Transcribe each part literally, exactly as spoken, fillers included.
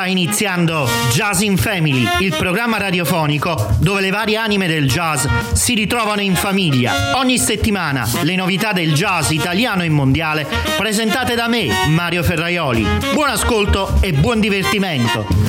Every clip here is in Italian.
Sta iniziando Jazz in Family, il programma radiofonico dove le varie anime del jazz si ritrovano in famiglia. Ogni settimana le novità del jazz italiano e mondiale presentate da me, Mario Ferraioli. Buon ascolto e buon divertimento.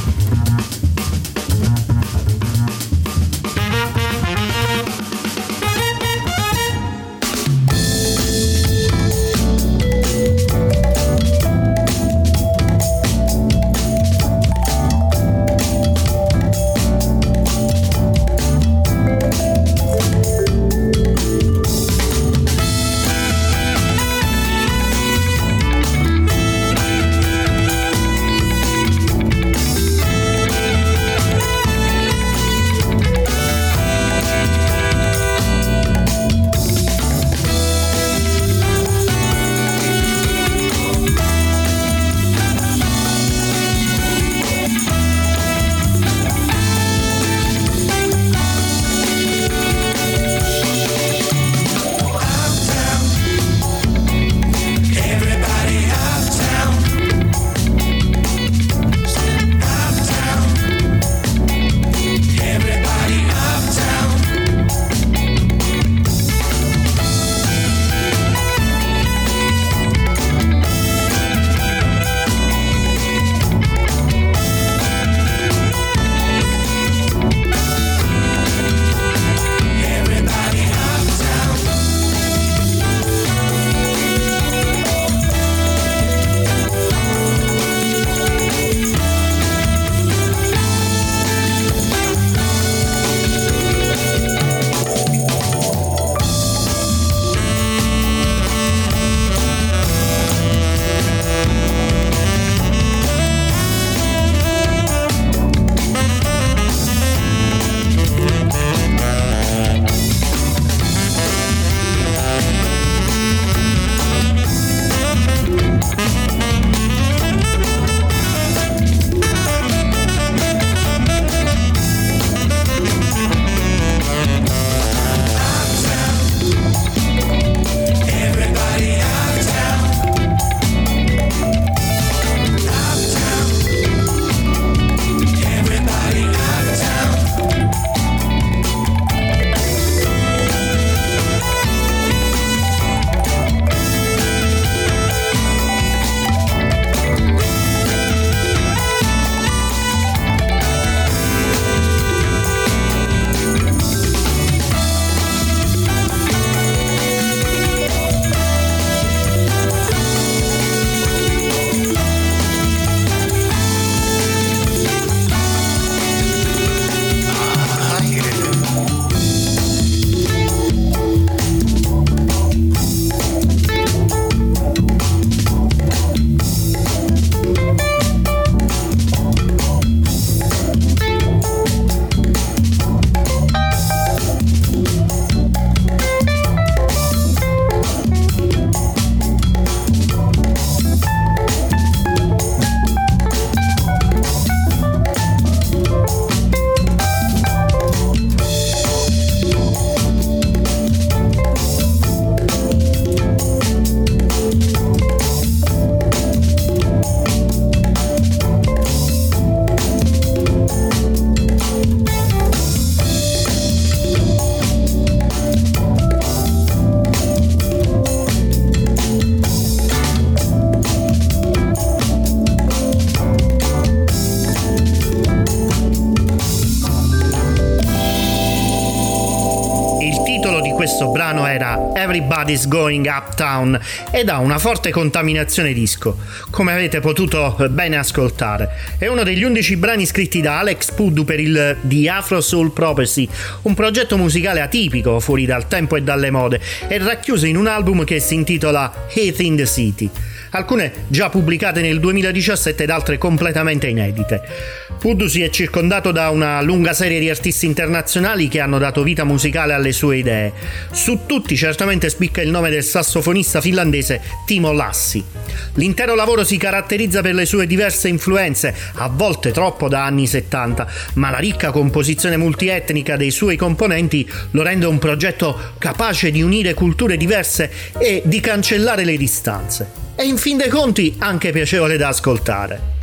Questo brano era Everybody's Going Uptown ed ha una forte contaminazione disco, come avete potuto bene ascoltare. È uno degli undici brani scritti da Alex Puddu per il The Afro Soul Prophecy, un progetto musicale atipico, fuori dal tempo e dalle mode, e racchiuso in un album che si intitola Hate in the City. Alcune già pubblicate nel duemiladiciassette ed altre completamente inedite. Puddu si è circondato da una lunga serie di artisti internazionali che hanno dato vita musicale alle sue idee. Su tutti certamente spicca il nome del sassofonista finlandese Timo Lassi. L'intero lavoro si caratterizza per le sue diverse influenze, a volte troppo da anni settanta, ma la ricca composizione multietnica dei suoi componenti lo rende un progetto capace di unire culture diverse e di cancellare le distanze. E in fin dei conti anche piacevole da ascoltare.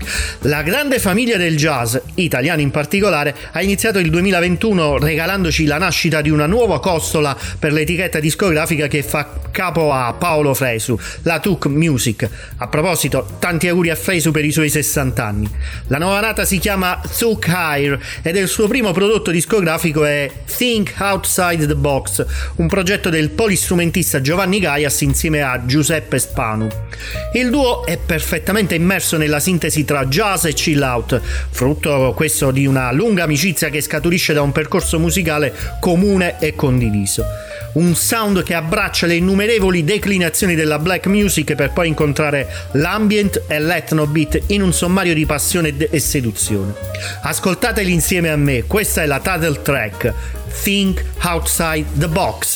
La grande famiglia del jazz, italiani in particolare, ha iniziato il duemilaventuno regalandoci la nascita di una nuova costola per l'etichetta discografica che fa capo a Paolo Fresu, la Tuk Music. A proposito, tanti auguri a Fresu per i suoi sessanta anni. La nuova nata si chiama Tuk Hire ed il suo primo prodotto discografico è Think Outside the Box, un progetto del polistrumentista Giovanni Gaias insieme a Giuseppe Spanu. Il duo è perfettamente immerso nella sintesi tra jazz e chill out, frutto questo di una lunga amicizia che scaturisce da un percorso musicale comune e condiviso. Un sound che abbraccia le innumerevoli declinazioni della black music per poi incontrare l'ambient e l'ethno beat in un sommario di passione e seduzione. Ascoltateli insieme a me, questa è la title track, Think Outside the Box.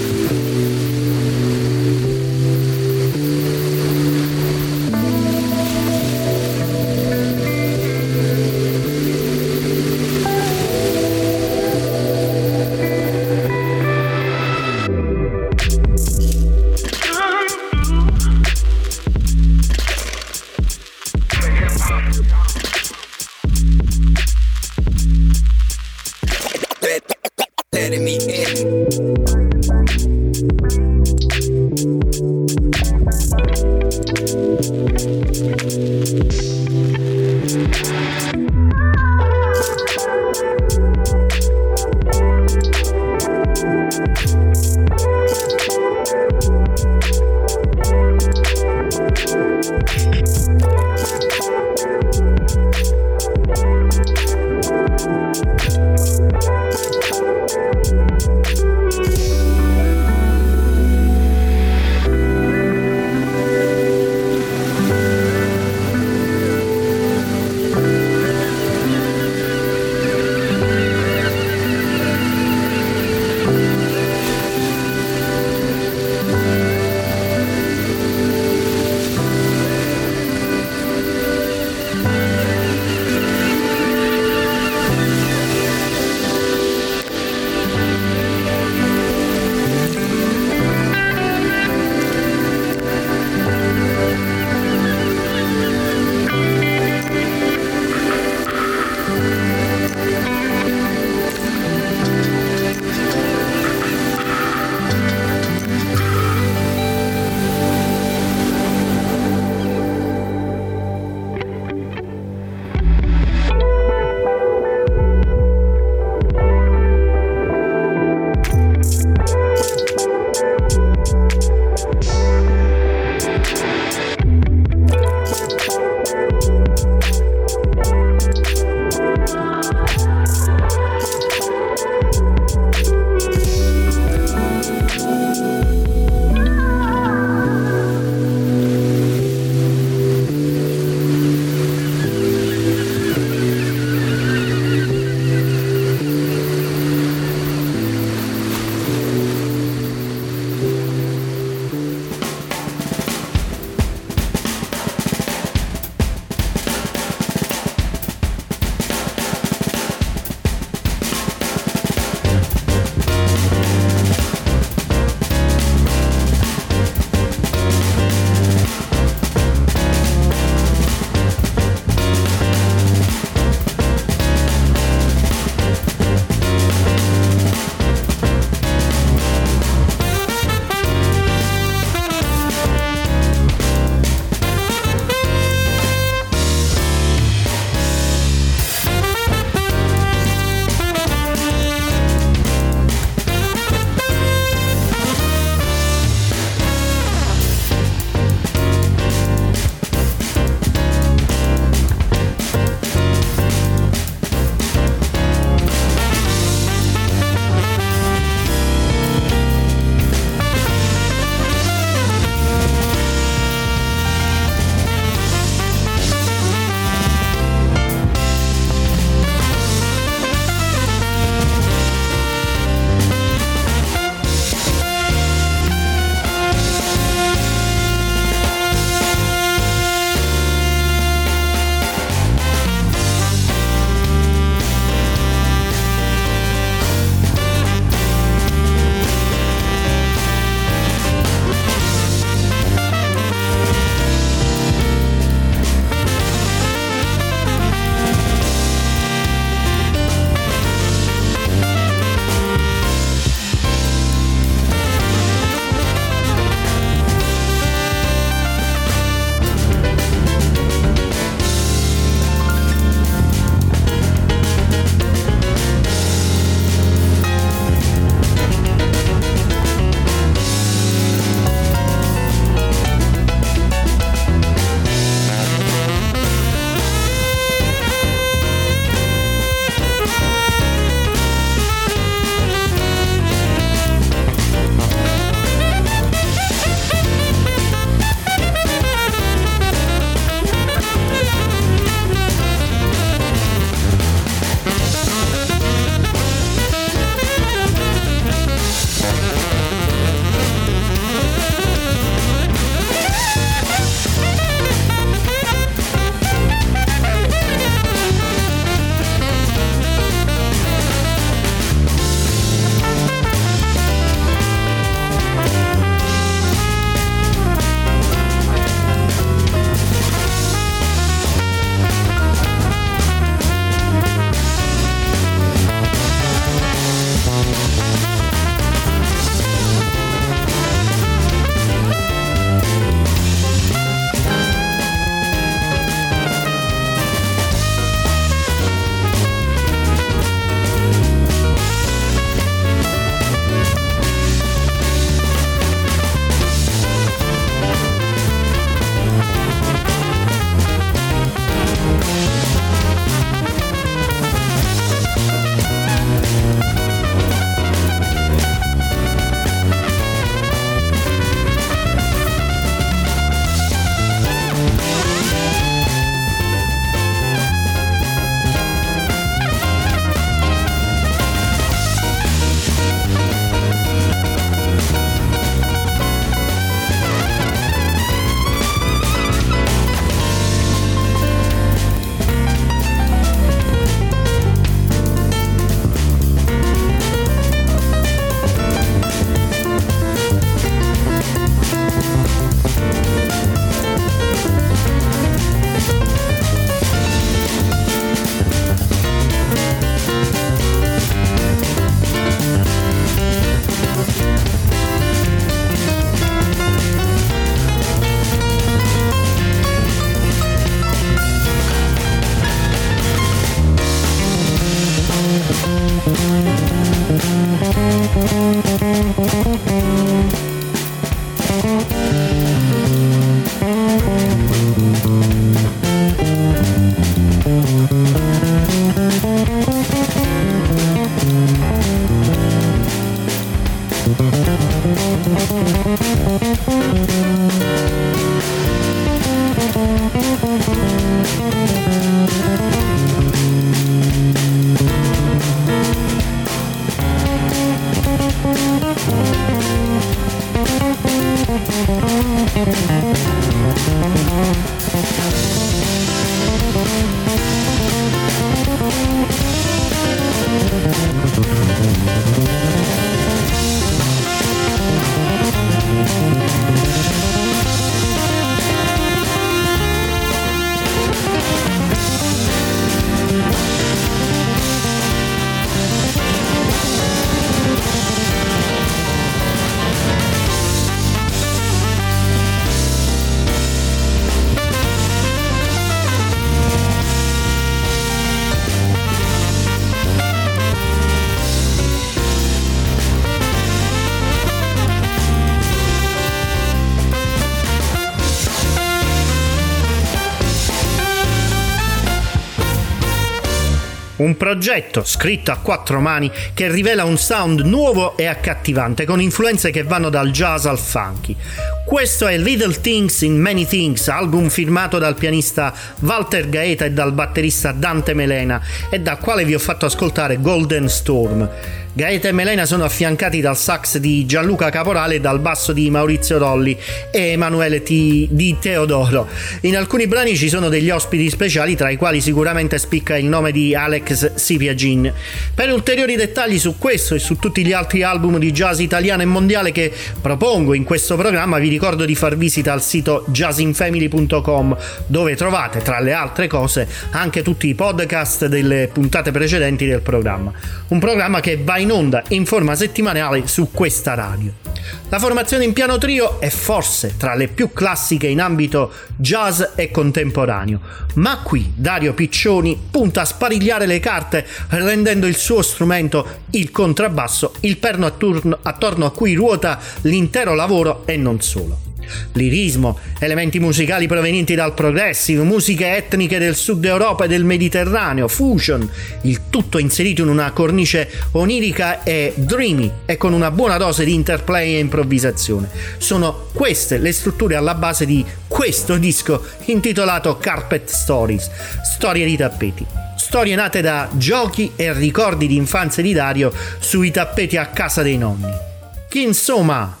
Un progetto scritto a quattro mani che rivela un sound nuovo e accattivante, con influenze che vanno dal jazz al funky. Questo è Little Things in Many Things, album firmato dal pianista Walter Gaeta e dal batterista Dante Melena, e dal quale vi ho fatto ascoltare Golden Storm. Gaeta e Melena sono affiancati dal sax di Gianluca Caporale e dal basso di Maurizio Rolli e Emanuele T- di Teodoro. In alcuni brani ci sono degli ospiti speciali, tra i quali sicuramente spicca il nome di Alex Sipiagin. Per ulteriori dettagli su questo e su tutti gli altri album di jazz italiano e mondiale che propongo in questo programma, vi ricordo di far visita al sito jazzinfamily punto com, dove trovate, tra le altre cose, anche tutti i podcast delle puntate precedenti del programma. Un programma che va in onda in forma settimanale su questa radio. La formazione in piano trio è forse tra le più classiche in ambito jazz e contemporaneo, ma qui Dario Piccioni punta a sparigliare le carte, rendendo il suo strumento, il contrabbasso, il perno attorno, attorno a cui ruota l'intero lavoro e non solo. Lirismo, elementi musicali provenienti dal progressive, musiche etniche del sud Europa e del Mediterraneo, fusion, il tutto inserito in una cornice onirica e dreamy e con una buona dose di interplay e improvvisazione. Sono queste le strutture alla base di questo disco intitolato Carpet Stories, storie di tappeti. Storie nate da giochi e ricordi di infanzia di Dario sui tappeti a casa dei nonni. Chi insomma...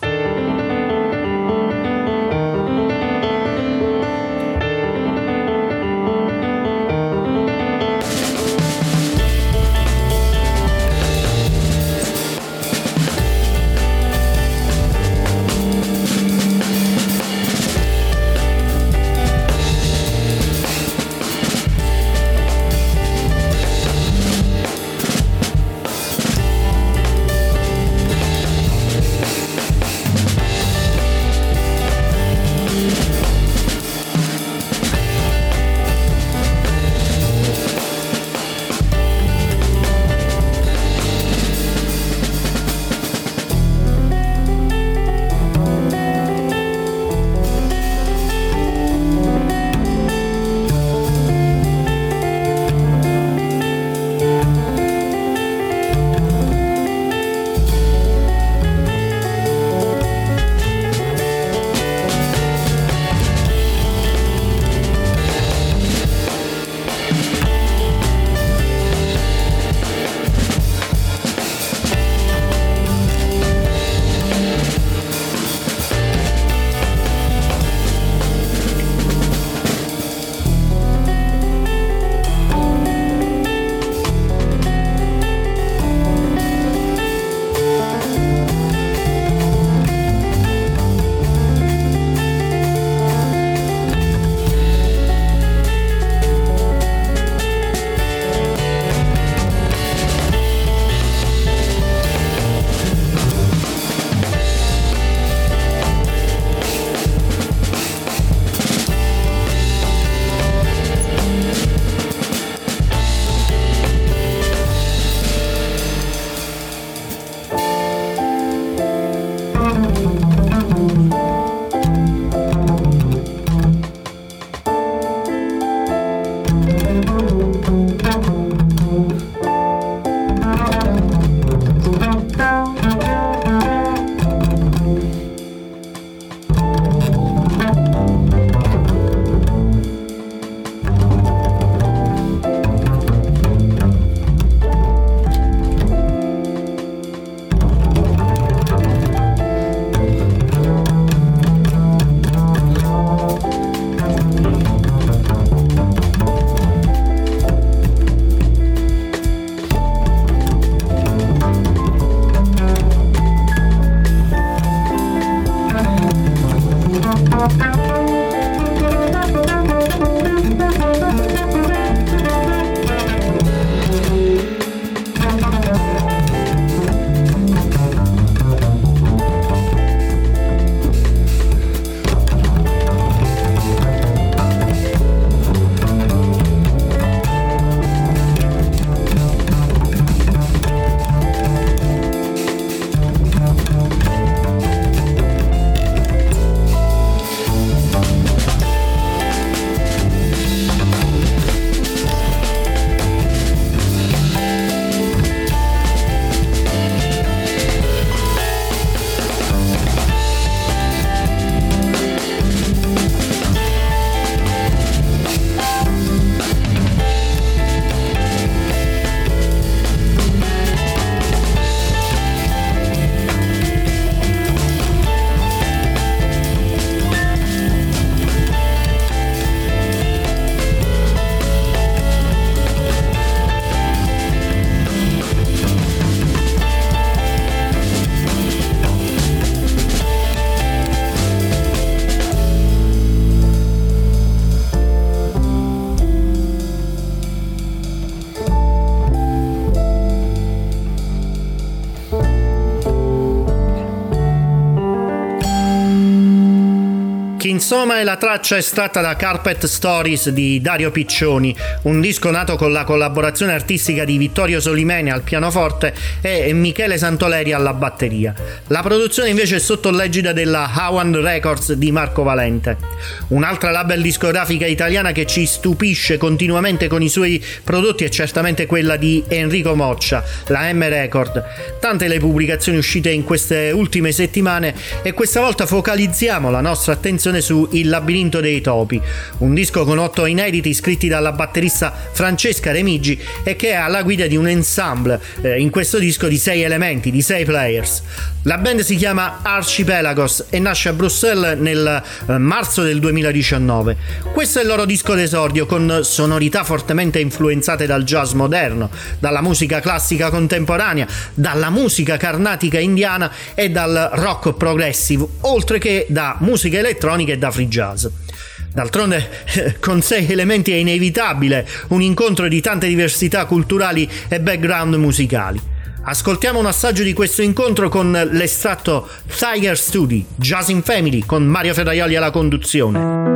Insomma, è la traccia estratta da Carpet Stories di Dario Piccioni, un disco nato con la collaborazione artistica di Vittorio Solimene al pianoforte e Michele Santoleri alla batteria. La produzione invece è sotto l'egida della Howand Records di Marco Valente. Un'altra label discografica italiana che ci stupisce continuamente con i suoi prodotti è certamente quella di Enrico Moccia, la M Record. Tante le pubblicazioni uscite in queste ultime settimane e questa volta focalizziamo la nostra attenzione su Il labirinto dei topi, un disco con otto inediti scritti dalla batterista Francesca Remigi e che è alla guida di un ensemble eh, in questo disco di sei elementi, di sei players. La band si chiama Archipelagos e nasce a Bruxelles nel eh, marzo del duemiladiciannove. Questo è il loro disco d'esordio, con sonorità fortemente influenzate dal jazz moderno, dalla musica classica contemporanea, dalla musica carnatica indiana e dal rock progressive, oltre che da musica elettronica e da free jazz. D'altronde, con sei elementi è inevitabile un incontro di tante diversità culturali e background musicali. Ascoltiamo un assaggio di questo incontro con l'estratto Tiger Studi, Jazz in Family, con Mario Ferraioli alla conduzione.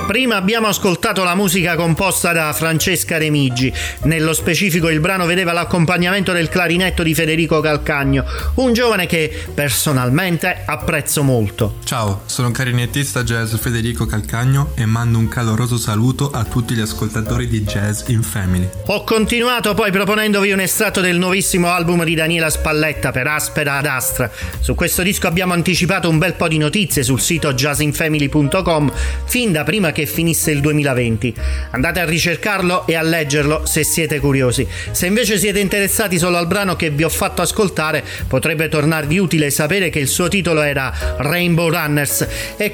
Prima abbiamo ascoltato la musica composta da Francesca Remigi. Nello specifico il brano vedeva l'accompagnamento del clarinetto di Federico Calcagno, un giovane che personalmente apprezzo molto. Ciao, sono il clarinettista jazz Federico Calcagno e mando un caloroso saluto a tutti gli ascoltatori di Jazz in Family. Ho continuato poi proponendovi un estratto del nuovissimo album di Daniela Spalletta, Per Aspera ad Astra. Su questo disco abbiamo anticipato un bel po' di notizie sul sito jazz in family punto com fin da prima che finisse il duemilaventi. Andate a ricercarlo e a leggerlo se siete curiosi. Se invece siete interessati solo al brano che vi ho fatto ascoltare, potrebbe tornarvi utile sapere che il suo titolo era Rainbow Runners e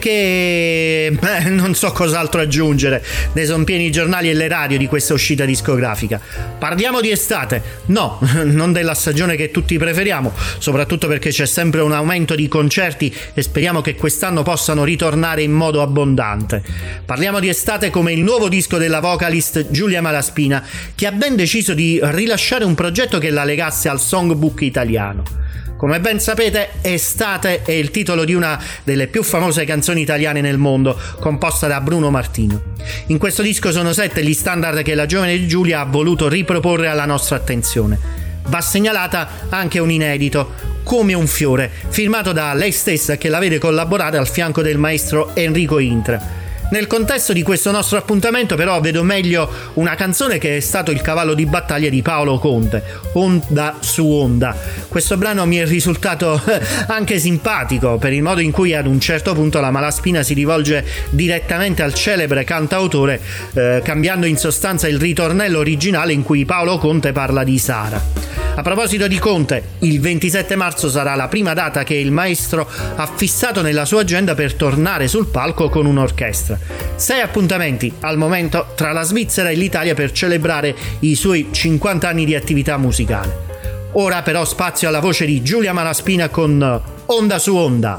che eh, non so cos'altro aggiungere. Ne sono pieni i giornali e le radio di questa uscita discografica. Parliamo di estate? No, non della stagione che tutti preferiamo, soprattutto perché c'è sempre un aumento di concerti e speriamo che quest'anno possano ritornare in modo abbondante. Parliamo di estate come il nuovo disco della vocalist Giulia Malaspina, che ha ben deciso di rilasciare un progetto che la legasse al songbook italiano. Come ben sapete, Estate è il titolo di una delle più famose canzoni italiane nel mondo, composta da Bruno Martino. In questo disco sono sette gli standard che la giovane Giulia ha voluto riproporre alla nostra attenzione. Va segnalata anche un inedito, Come un fiore, firmato da lei stessa, che la vede collaborare al fianco del maestro Enrico Intra. Nel contesto di questo nostro appuntamento però vedo meglio una canzone che è stato il cavallo di battaglia di Paolo Conte, Onda su Onda. Questo brano mi è risultato anche simpatico per il modo in cui ad un certo punto la Malaspina si rivolge direttamente al celebre cantautore, eh, cambiando in sostanza il ritornello originale in cui Paolo Conte parla di Sara. A proposito di Conte, il ventisette marzo sarà la prima data che il maestro ha fissato nella sua agenda per tornare sul palco con un'orchestra. Sei appuntamenti al momento tra la Svizzera e l'Italia per celebrare i suoi cinquanta anni di attività musicale. Ora però spazio alla voce di Giulia Malaspina con Onda su Onda.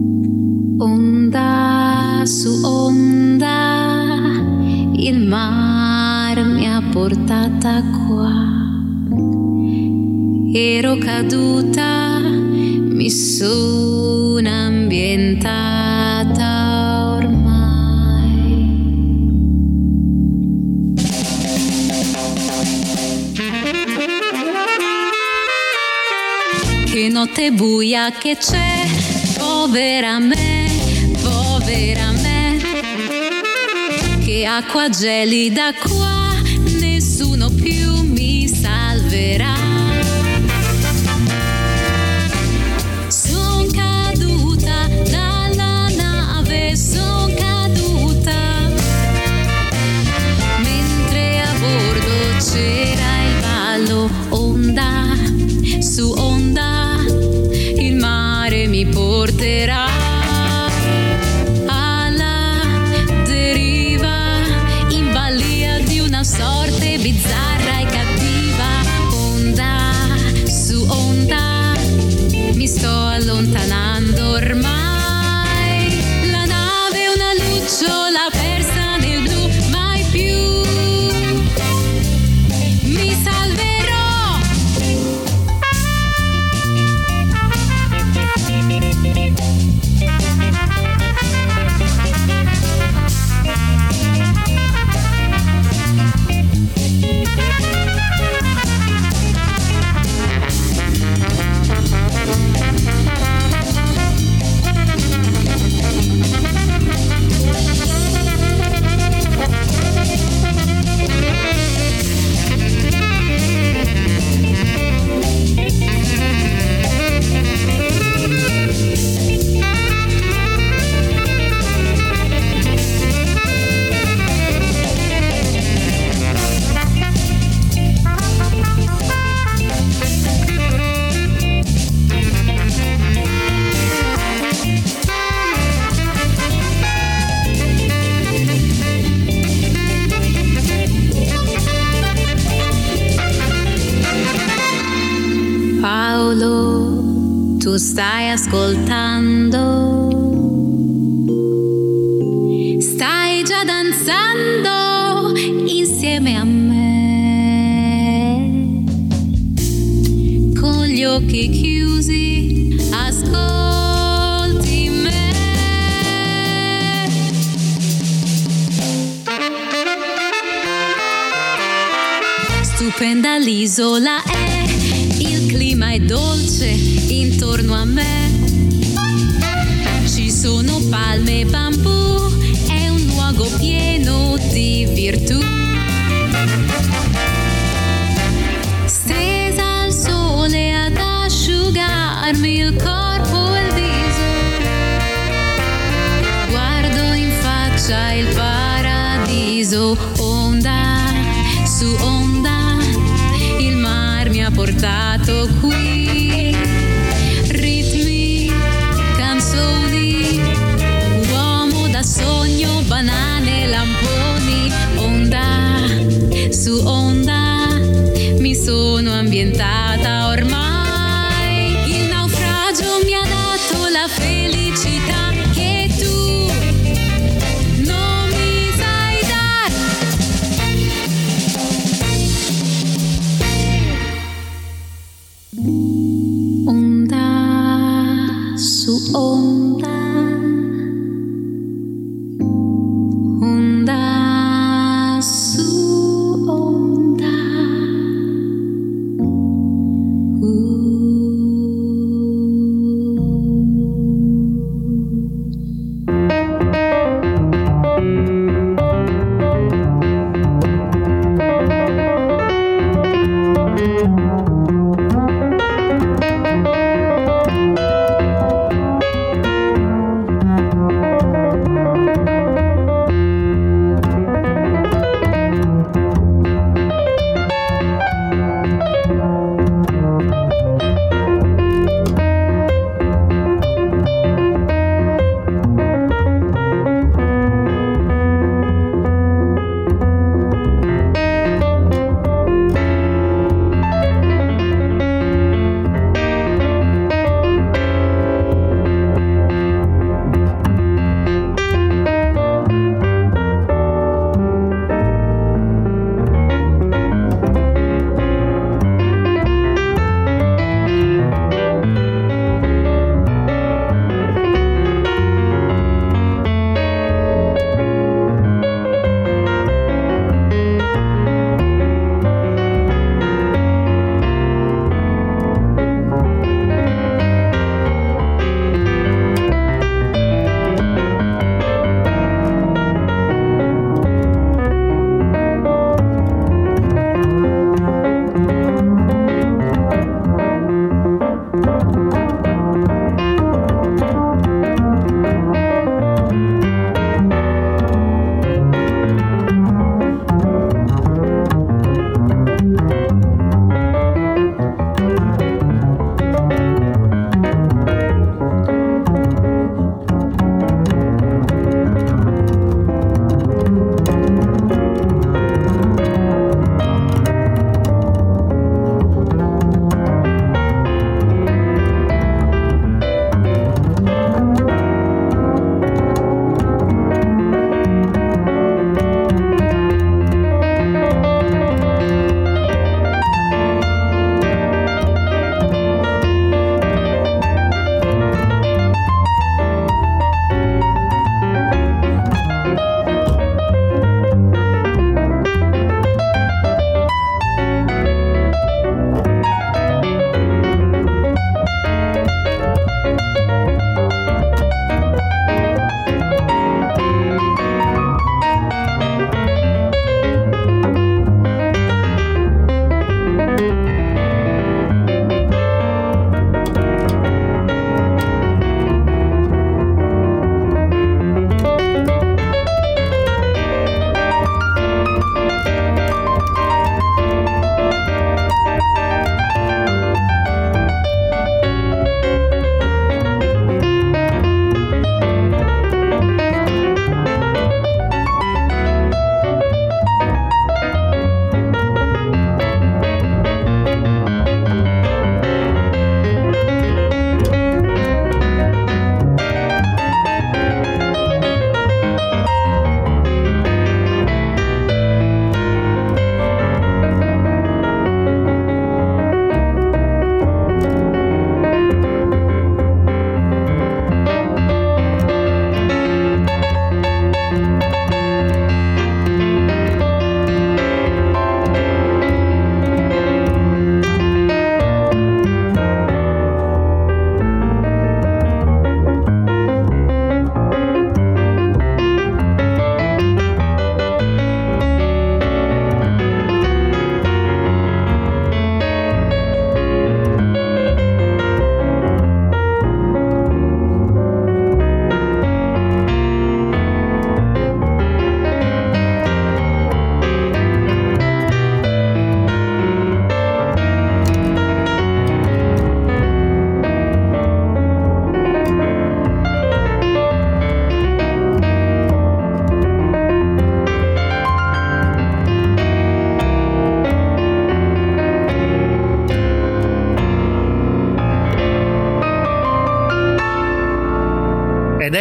Onda su onda, il mar mi ha portata qua. Ero caduta, mi sono ambientata ormai. Che notte buia che c'è, povera me, povera me. Che acqua gelida qua, nessuno più mi salverà. C'era il ballo, onda su onda, il mare mi porterà alla deriva, in balia di una sorte bizzarra e cattiva. Onda su onda, mi sto allontanando ormai. La nave è una lucciola persa nel blu, mai più tu stai ascoltando, stai già danzando insieme a me, con gli occhi chiusi ascolti me. stupenda l'isola è, il clima è dolce intorno a me, ci sono palme e bambù, è un luogo pieno di virtù. Stesa al sole ad asciugarmi il corpo e il viso, guardo in faccia il paradiso, onda su onda, il mar mi ha portato qui, ritmi, canzoni, uomo da sogno, banane, lamponi, onda su onda, mi sono ambientata ormai, il naufragio mi ha dato la felicità che tu non mi sai dare.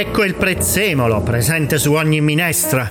Ecco il prezzemolo, presente su ogni minestra.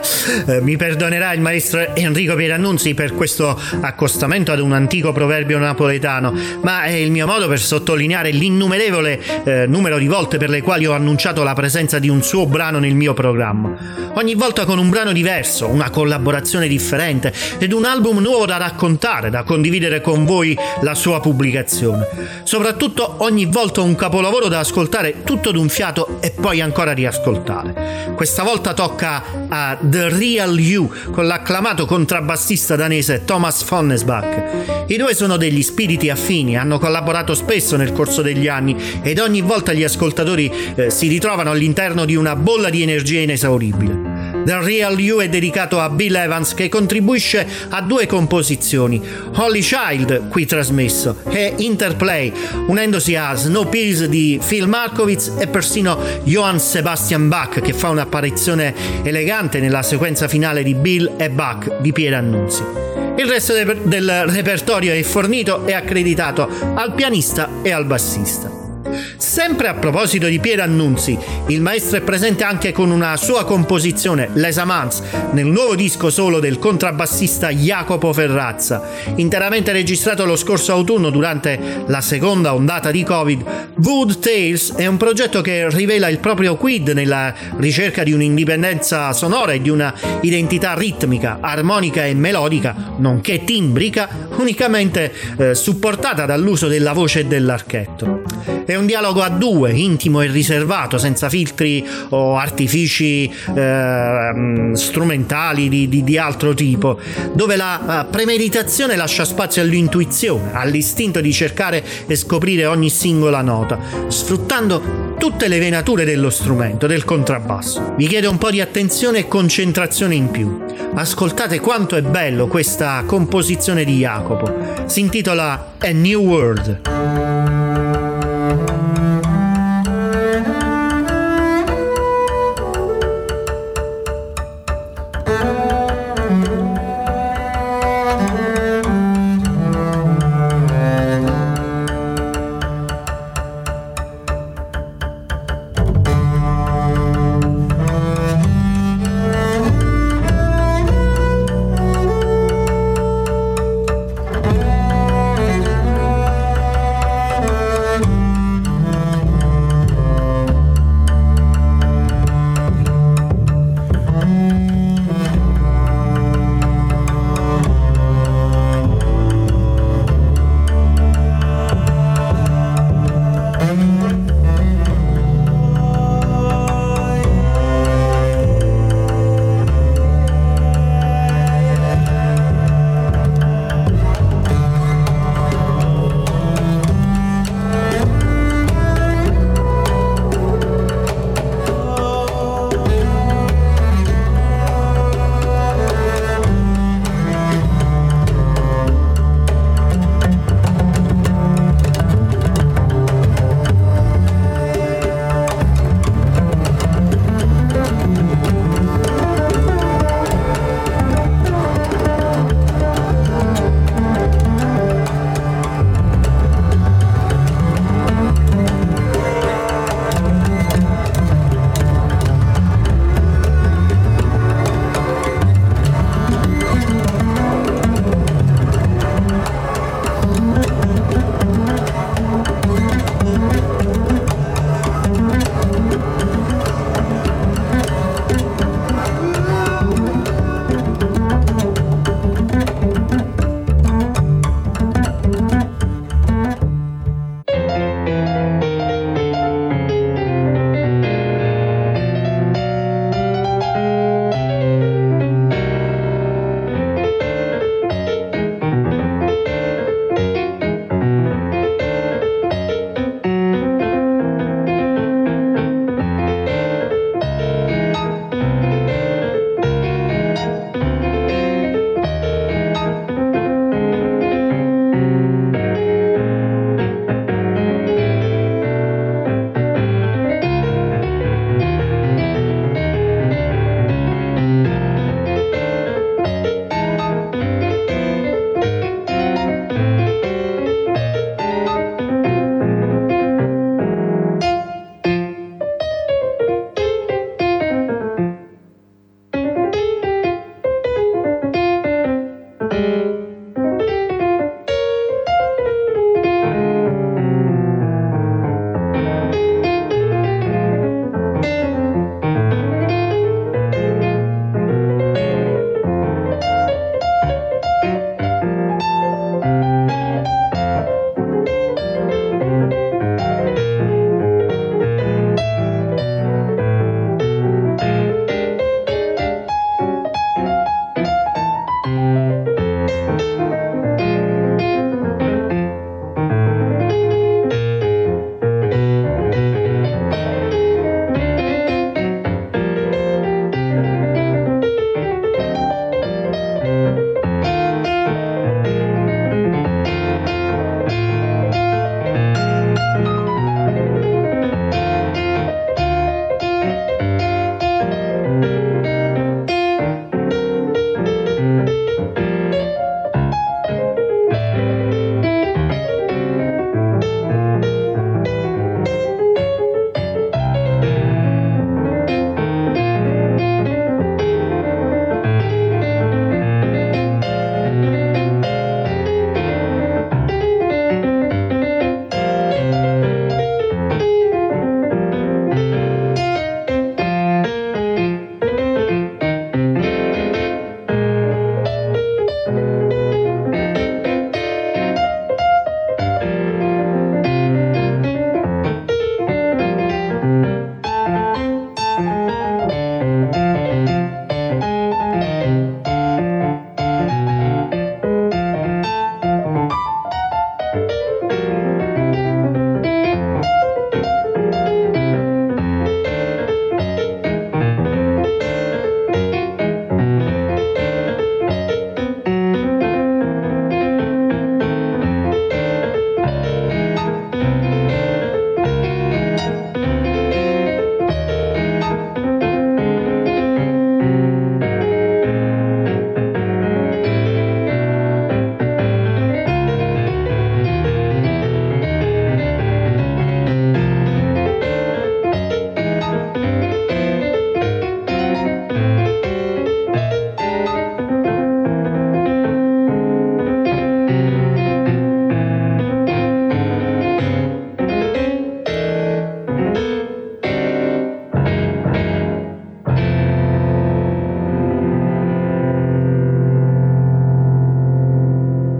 Mi perdonerà il maestro Enrico Pierannunzi per questo accostamento ad un antico proverbio napoletano, ma è il mio modo per sottolineare l'innumerevole eh, numero di volte per le quali ho annunciato la presenza di un suo brano nel mio programma. Ogni volta con un brano diverso, una collaborazione differente ed un album nuovo da raccontare, da condividere con voi la sua pubblicazione. Soprattutto ogni volta un capolavoro da ascoltare tutto d'un fiato e poi ancora riascoltare. Questa volta tocca a The Real You con l'acclamato contrabbassista danese Thomas Fonnesbach. I due sono degli spiriti affini, hanno collaborato spesso nel corso degli anni ed ogni volta gli ascoltatori eh, si ritrovano all'interno di una bolla di energia inesauribile. The Real You è dedicato a Bill Evans, che contribuisce a due composizioni, Holy Child, qui trasmesso, e Interplay, unendosi a Snowpiercer di Phil Markowitz e persino Johann Sebastian Bach, che fa un'apparizione elegante nella sequenza finale di Bill e Bach di Pierannunzi. Il resto de- del repertorio è fornito e accreditato al pianista e al bassista. Sempre a proposito di Pierannunzi, il maestro è presente anche con una sua composizione, Les Amants, nel nuovo disco solo del contrabbassista Jacopo Ferrazza, interamente registrato lo scorso autunno durante la seconda ondata di Covid. Wood Tales è un progetto che rivela il proprio quid nella ricerca di un'indipendenza sonora e di una identità ritmica, armonica e melodica, nonché timbrica, unicamente eh, supportata dall'uso della voce e dell'archetto. È un dialogo a due, intimo e riservato, senza filtri o artifici eh, strumentali di, di, di altro tipo, dove la uh, premeditazione lascia spazio all'intuizione, all'istinto di cercare e scoprire ogni singola nota, sfruttando tutte le venature dello strumento, del contrabbasso. Vi chiedo un po' di attenzione e concentrazione in più. Ascoltate quanto è bello questa composizione di Jacopo. Si intitola A New World.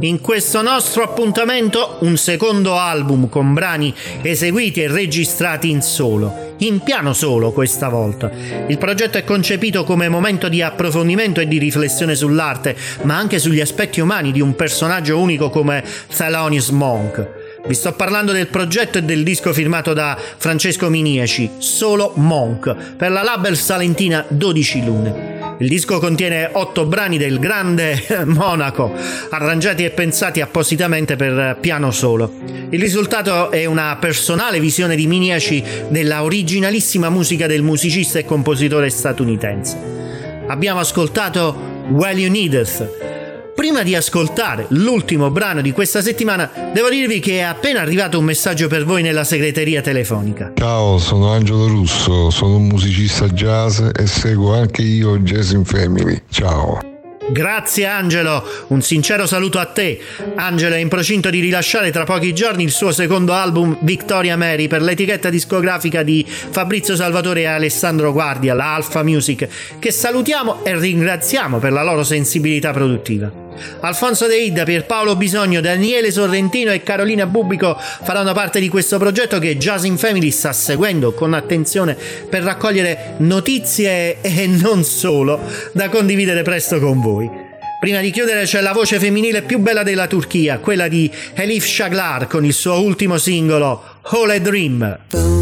In questo nostro appuntamento un secondo album con brani eseguiti e registrati in solo, in piano solo questa volta. Il progetto è concepito come momento di approfondimento e di riflessione sull'arte, ma anche sugli aspetti umani di un personaggio unico come Thelonious Monk. Vi sto parlando del progetto e del disco firmato da Francesco Minieci, Solo Monk, per la label salentina dodici Lune. Il disco contiene otto brani del grande Monaco, arrangiati e pensati appositamente per piano solo. Il risultato è una personale visione di Minieci della originalissima musica del musicista e compositore statunitense. Abbiamo ascoltato Well You Needeth. Prima di ascoltare l'ultimo brano di questa settimana, devo dirvi che è appena arrivato un messaggio per voi nella segreteria telefonica. Ciao, sono Angelo Russo, sono un musicista jazz e seguo anche io Jazz in Family. Ciao. Grazie Angelo, un sincero saluto a te. Angelo è in procinto di rilasciare tra pochi giorni il suo secondo album Victoria Mary per l'etichetta discografica di Fabrizio Salvatore e Alessandro Guardia, la Alpha Music, che salutiamo e ringraziamo per la loro sensibilità produttiva. Alfonso De Ida, Pierpaolo Bisogno, Daniele Sorrentino e Carolina Bubbico faranno parte di questo progetto che Jazz in Family sta seguendo con attenzione per raccogliere notizie e non solo da condividere presto con voi. Prima di chiudere c'è la voce femminile più bella della Turchia, quella di Elif Shaglar con il suo ultimo singolo All a Dream.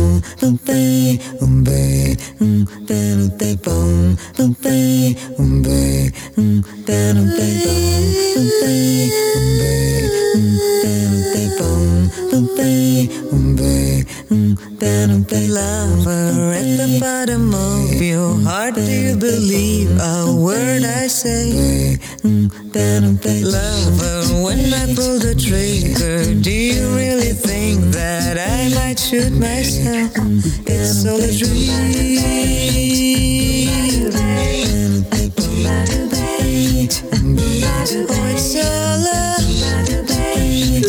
Lover, at the bottom of your heart, do you believe a word I say? Lover, when I pull the trigger, do you really think that I might shoot myself? It's all a dream. Oh, it's all a dream.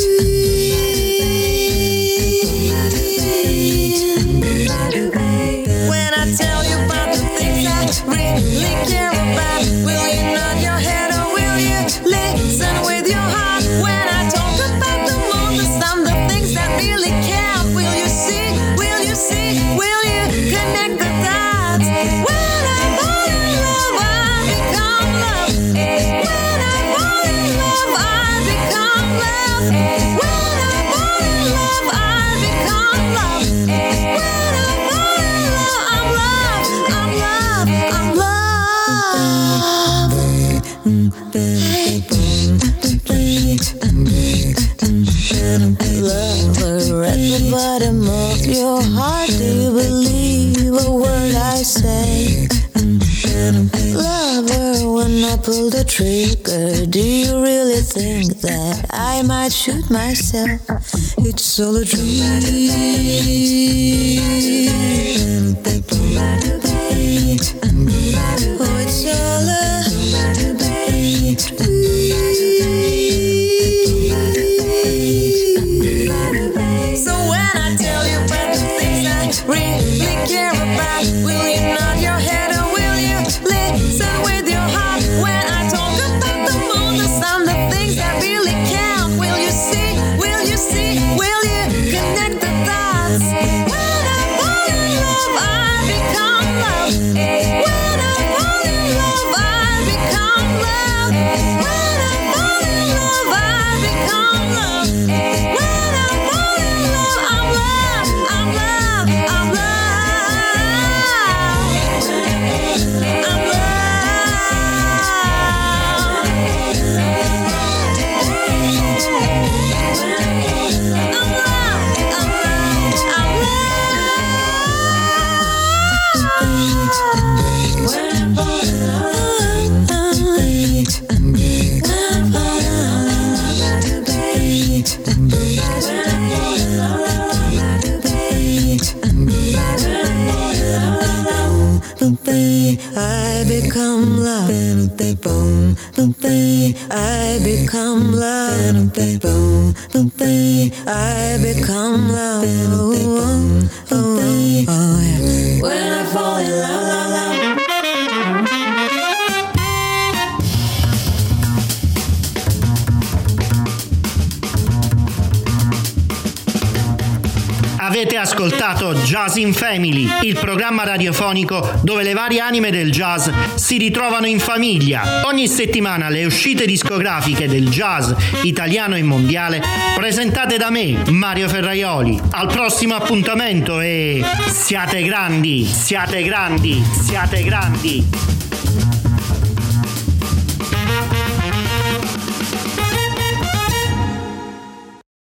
When I tell you about the things I really care about, will you nod your head or will you listen with your heart? When I talk about the moon, the sun, the things that really count, will you see, will you see, will you connect the dots? When I fall in love, I become love. When I fall in love, I become love. When I fall in love, I become love. When I fall in love, I'm love, I'm love, I'm love. Lover, at the bottom of your heart, do you believe a word I say? Lover, when I pull the trigger, do you really think that I might shoot myself? It's all a dream. Oh, it's all a dream. So when I tell you about the things I really care about, will you nod your head or will you listen with your heart? When I talk about the moon, the sun, the things that really count, will you see, will you see, will you connect the dots? When I fall in love, I become love. When I fall in love, I become love. When I fall in love, I become love. When I fall in love, I'm love, I'm love, I'm love. I'm love. I become love. I become love. I become love. Oh, oh, oh, yeah. When I fall in love, love, love. Avete ascoltato Jazz in Family, il programma radiofonico dove le varie anime del jazz si ritrovano in famiglia. Ogni settimana le uscite discografiche del jazz italiano e mondiale presentate da me, Mario Ferraioli. Al prossimo appuntamento e siate grandi, siate grandi, siate grandi.